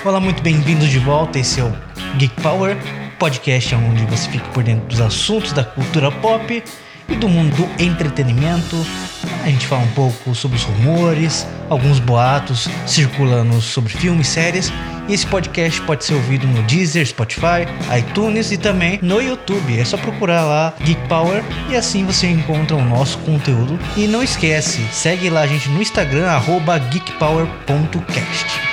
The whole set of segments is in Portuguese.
Olá, muito bem-vindos de volta. Esse é o Geek Power, podcast onde você fica por dentro dos assuntos da cultura pop e do mundo do entretenimento. A gente fala um pouco sobre os rumores, alguns boatos circulando sobre filmes e séries. E esse podcast pode ser ouvido no Deezer, Spotify, iTunes e também no YouTube. É só procurar lá Geek Power e assim você encontra o nosso conteúdo. E não esquece, segue lá a gente no Instagram, @geekpower.cast.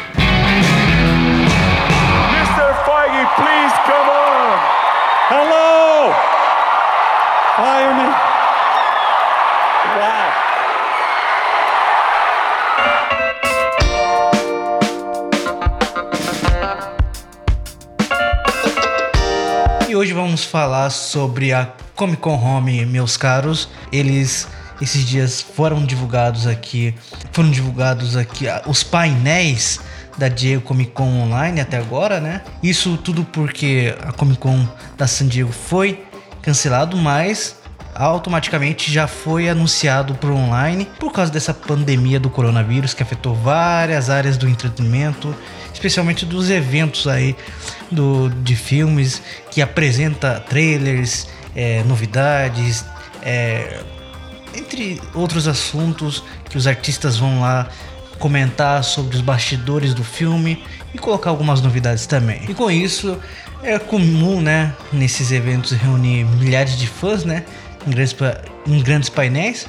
Please come on. Hello, fireman. Wow. E hoje vamos falar sobre a Comic Con Home, meus caros. Esses dias foram divulgados aqui os painéis da Diego Comic Con Online até agora, né? Isso tudo porque a Comic Con da San Diego foi cancelado, mas automaticamente já foi anunciado pro online por causa dessa pandemia do coronavírus que afetou várias áreas do entretenimento, especialmente dos eventos aí de filmes que apresenta trailers, novidades, entre outros assuntos que os artistas vão lá comentar sobre os bastidores do filme e colocar algumas novidades também. E com isso é comum, né, nesses eventos reunir milhares de fãs, né, em grandes painéis.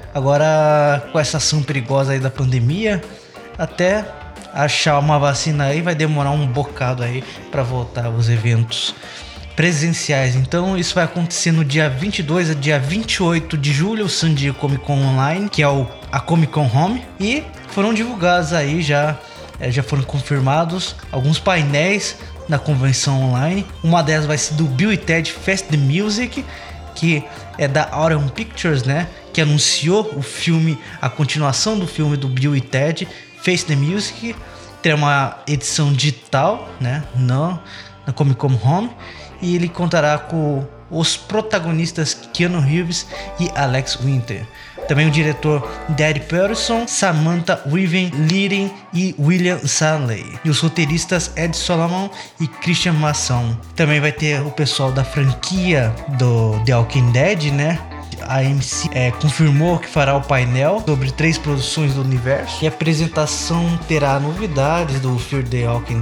Agora com essa ação perigosa aí da pandemia, até achar uma vacina aí vai demorar um bocado aí para voltar os eventos presenciais. Então isso vai acontecer no dia 22 a dia 28 de julho, o San Diego Comic Con Online, que é a Comic Con Home, e foram divulgados aí, já foram confirmados alguns painéis da convenção online. Uma delas vai ser do Bill e Ted Face the Music, que é da Orion Pictures, né, que anunciou o filme, a continuação do filme do Bill e Ted Face the Music. Terá uma edição digital, né, na Comic Con Home, e ele contará com os protagonistas Keanu Reeves e Alex Winter. Também o diretor Daddy Patterson, Samantha Weaving, Liren e William Stanley. E os roteiristas Ed Solomon e Christian Masson. Também vai ter o pessoal da franquia do The Walking Dead, né? A AMC confirmou que fará o painel sobre 3 produções do universo. E a apresentação terá novidades do Fear The Walking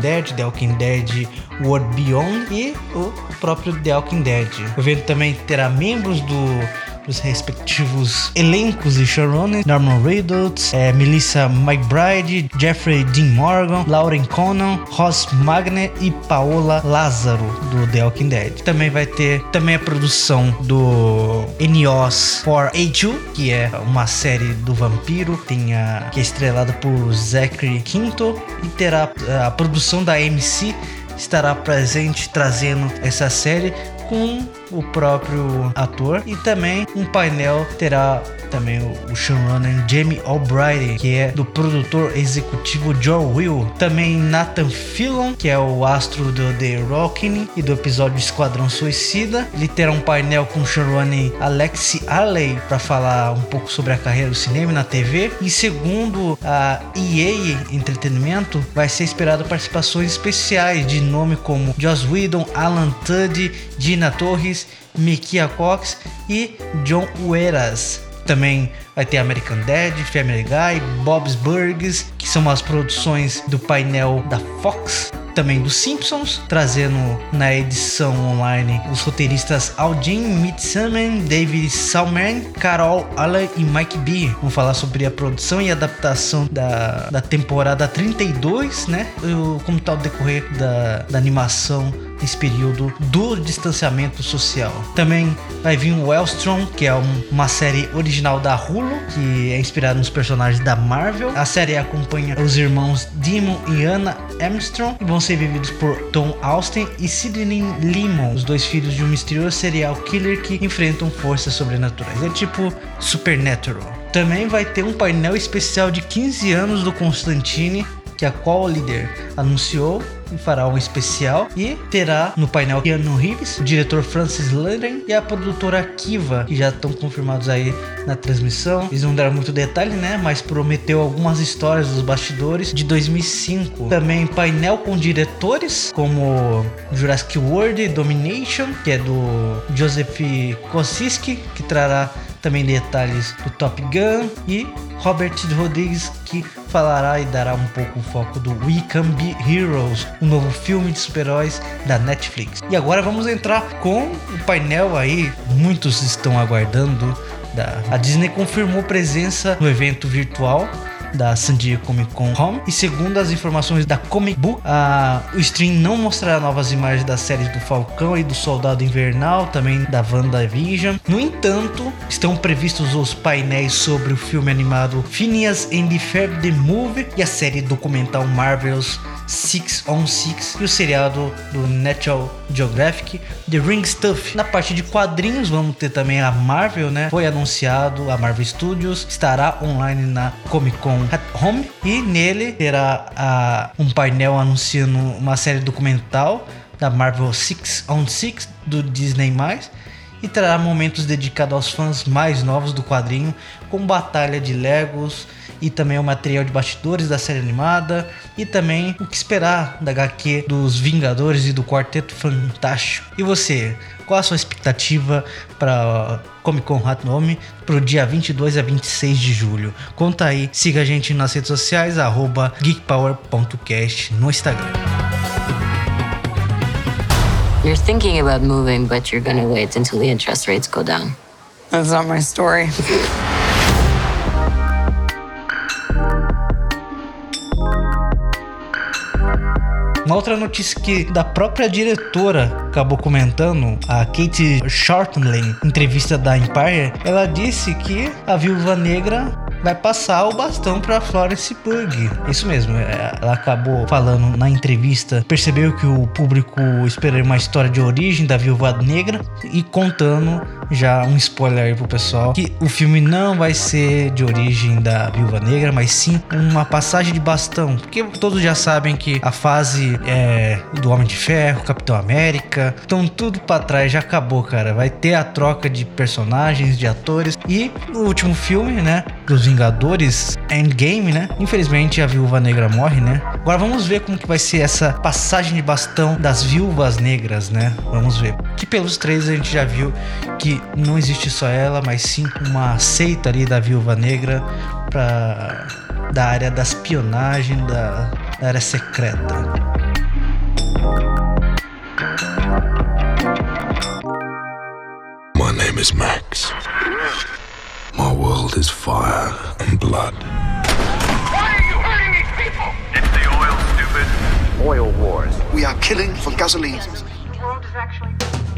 Dead World Beyond e o próprio The Walking Dead. O evento também terá membros dos respectivos elencos e showrunners: Norman Reedus, Melissa McBride, Jeffrey Dean Morgan, Lauren Conan, Ross Magner e Paola Lázaro do The Walking Dead. Também vai ter a produção do NOS 4A2, que é uma série do vampiro, que é estrelada por Zachary Quinto, e terá a produção da AMC, estará presente trazendo essa série com o próprio ator. E também um painel terá também o showrunner Jamie O'Brien, que é do produtor executivo Joe Will. Também Nathan Fillion, que é o astro do The Rockin' e do episódio Esquadrão Suicida. Ele terá um painel com o showrunner Alexi Alley para falar um pouco sobre a carreira do cinema e na TV. E segundo a EA Entretenimento, vai ser esperado participações especiais de nome como Joss Whedon, Alan Tudyk, Gina Torres, Mikia Cox e John Hueras. Também vai ter American Dad, Family Guy, Bob's Burgers, que são as produções do painel da Fox. Também dos Simpsons, trazendo na edição online os roteiristas Aldin Mitsaman, David Salman, Carol Allen e Mike B. Vamos falar sobre a produção e adaptação da temporada 32, né? Como está o decorrer da animação nesse período do distanciamento social. Também vai vir o Maelstrom, que é uma série original da Hulu, que é inspirada nos personagens da Marvel. A série acompanha os irmãos Damon e Anna Armstrong, que vão ser vividos por Tom Austin e Sidney Lemon, os 2 filhos de um misterioso serial killer que enfrentam forças sobrenaturais. É tipo Supernatural. Também vai ter um painel especial de 15 anos do Constantine, que a Collider anunciou e fará um especial, e terá no painel Keanu Reeves, o diretor Francis Landen e a produtora Kiva, que já estão confirmados aí na transmissão. Eles não deram muito detalhe, né, mas prometeu algumas histórias dos bastidores de 2005. Também painel com diretores como Jurassic World Domination, que é do Joseph Kosinski, que trará também detalhes do Top Gun, e Robert Rodrigues, que falará e dará um pouco o foco do We Can Be Heroes, um novo filme de super-heróis da Netflix. E agora vamos entrar com o painel aí, muitos estão aguardando. A Disney confirmou presença no evento virtual da San Diego Comic Con Home, e segundo as informações da Comic Book, o stream não mostrará novas imagens das séries do Falcão e do Soldado Invernal, também da WandaVision. No entanto, estão previstos os painéis sobre o filme animado Phineas and Ferb The Movie e a série documental Marvel's 616 e o seriado do National Geographic The Ring Stuff. Na parte de quadrinhos vamos ter também a Marvel, né? Foi anunciado, a Marvel Studios estará online na Comic Con at Home, e nele terá um painel anunciando uma série documental da Marvel 616 do Disney+, e trará momentos dedicados aos fãs mais novos do quadrinho, com batalha de Legos e também o material de bastidores da série animada, e também o que esperar da HQ dos Vingadores e do Quarteto Fantástico. E você, qual a sua expectativa para Comic Con At Home para o dia 22 a 26 de julho? Conta aí, siga a gente nas redes sociais, @geekpower.cast no Instagram. You're thinking about moving, but you're gonna wait until the interest rates go down. That's not my story. Uma outra notícia que da própria diretora acabou comentando, a Kate Shortland, em entrevista da Empire, ela disse que a Viúva Negra vai passar o bastão para Florence Pugh. Isso mesmo, ela acabou falando na entrevista, percebeu que o público esperaria uma história de origem da Viúva Negra, e contando já um spoiler aí pro pessoal, que o filme não vai ser de origem da Viúva Negra, mas sim uma passagem de bastão, porque todos já sabem que a fase do Homem de Ferro, Capitão América, então tudo pra trás, já acabou, cara. Vai ter a troca de personagens, de atores, e no último filme, né, dos Vingadores Endgame, né, infelizmente a Viúva Negra morre, né. Agora vamos ver como que vai ser essa passagem de bastão das Viúvas Negras, né. Vamos ver, que pelos trailers a gente já viu que não existe só ela, mas sim uma seita ali da Viúva Negra da área da espionagem, da área secreta. My name is Max. My world is fire and blood. Why are you hurting these people? It's the oil, stupid. Oil wars. We are killing for gasoline. The world is actually...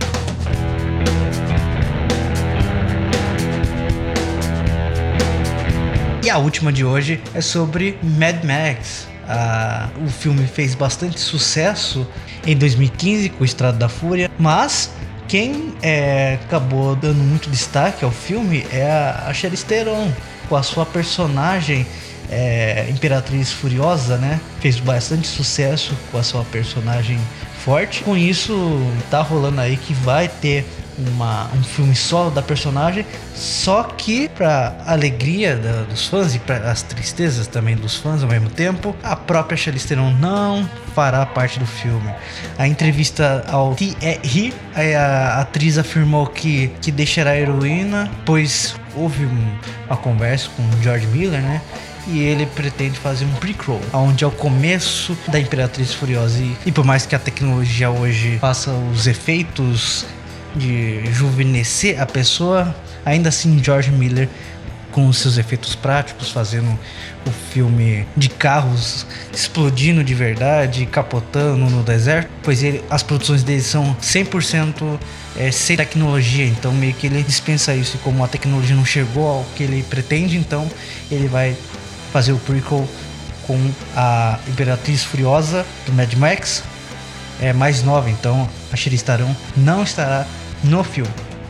E a última de hoje é sobre Mad Max. O filme fez bastante sucesso em 2015 com o Estrada da Fúria, mas quem acabou dando muito destaque ao filme é a Charlize Theron, com a sua personagem Imperatriz Furiosa, né? Fez bastante sucesso com a sua personagem forte. Com isso, tá rolando aí que vai ter um filme solo da personagem, só que pra alegria dos fãs e para as tristezas também dos fãs ao mesmo tempo, a própria Charlize Theron não fará parte do filme. A entrevista ao TRI, a atriz afirmou que deixará a heroína, pois houve uma conversa com o George Miller, né? E ele pretende fazer um prequel, onde é o começo da Imperatriz Furiosa. E por mais que a tecnologia hoje faça os efeitos de rejuvenescer a pessoa, ainda assim George Miller, com os seus efeitos práticos, fazendo o filme de carros explodindo de verdade, capotando no deserto, pois as produções dele são 100% sem tecnologia, então meio que ele dispensa isso. E como a tecnologia não chegou ao que ele pretende, então ele vai fazer o prequel com a Imperatriz Furiosa do Mad Max, mais nova. Então a Charlize Theron não estará no filme.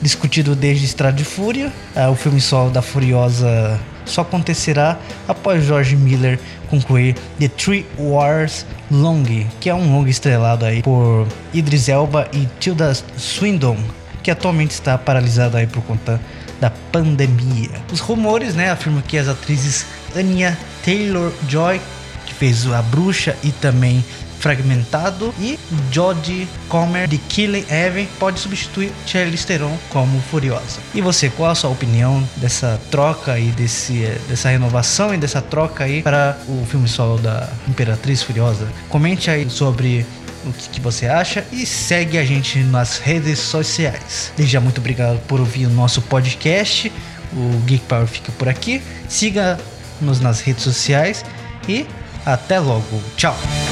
discutido desde Estrada de Fúria. O filme solo da Furiosa só acontecerá após George Miller concluir The Three Wars Long, que é um longa estrelado aí por Idris Elba e Tilda Swinton, que atualmente está paralisado aí por conta da pandemia. Os rumores, né, afirmam que as atrizes Anya Taylor-Joy, que fez A Bruxa e também Fragmentado, e Jodie Comer de Killing Eve pode substituir Charlize Theron como Furiosa. E você, qual a sua opinião dessa troca e dessa renovação e dessa troca aí para o filme solo da Imperatriz Furiosa? Comente aí sobre o que você acha e segue a gente nas redes sociais. Desde já, muito obrigado por ouvir o nosso podcast. O Geek Power fica por aqui. Siga-nos nas redes sociais e até logo. Tchau!